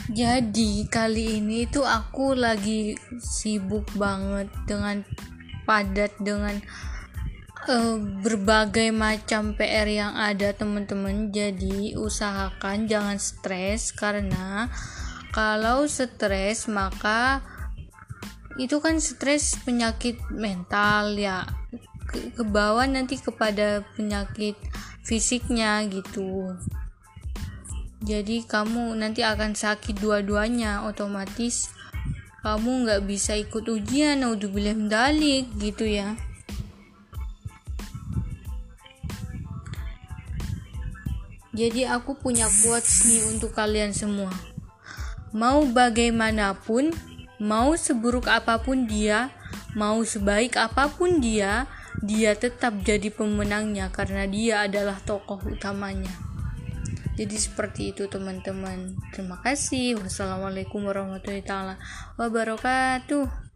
Jadi kali ini tuh aku lagi sibuk banget dengan padat dengan berbagai macam PR yang ada teman-teman. Jadi usahakan jangan stres, karena kalau stres maka itu kan stres penyakit mental ya, ke bawah nanti kepada penyakit fisiknya gitu. Jadi kamu nanti akan sakit dua-duanya, otomatis kamu nggak bisa ikut ujian, naudzubillah dalik gitu ya. Jadi aku punya quotes nih untuk kalian semua. Mau bagaimanapun, mau seburuk apapun dia, mau sebaik apapun dia tetap jadi pemenangnya karena dia adalah tokoh utamanya. Jadi seperti itu teman-teman. Terima kasih. Wassalamualaikum warahmatullahi wabarakatuh.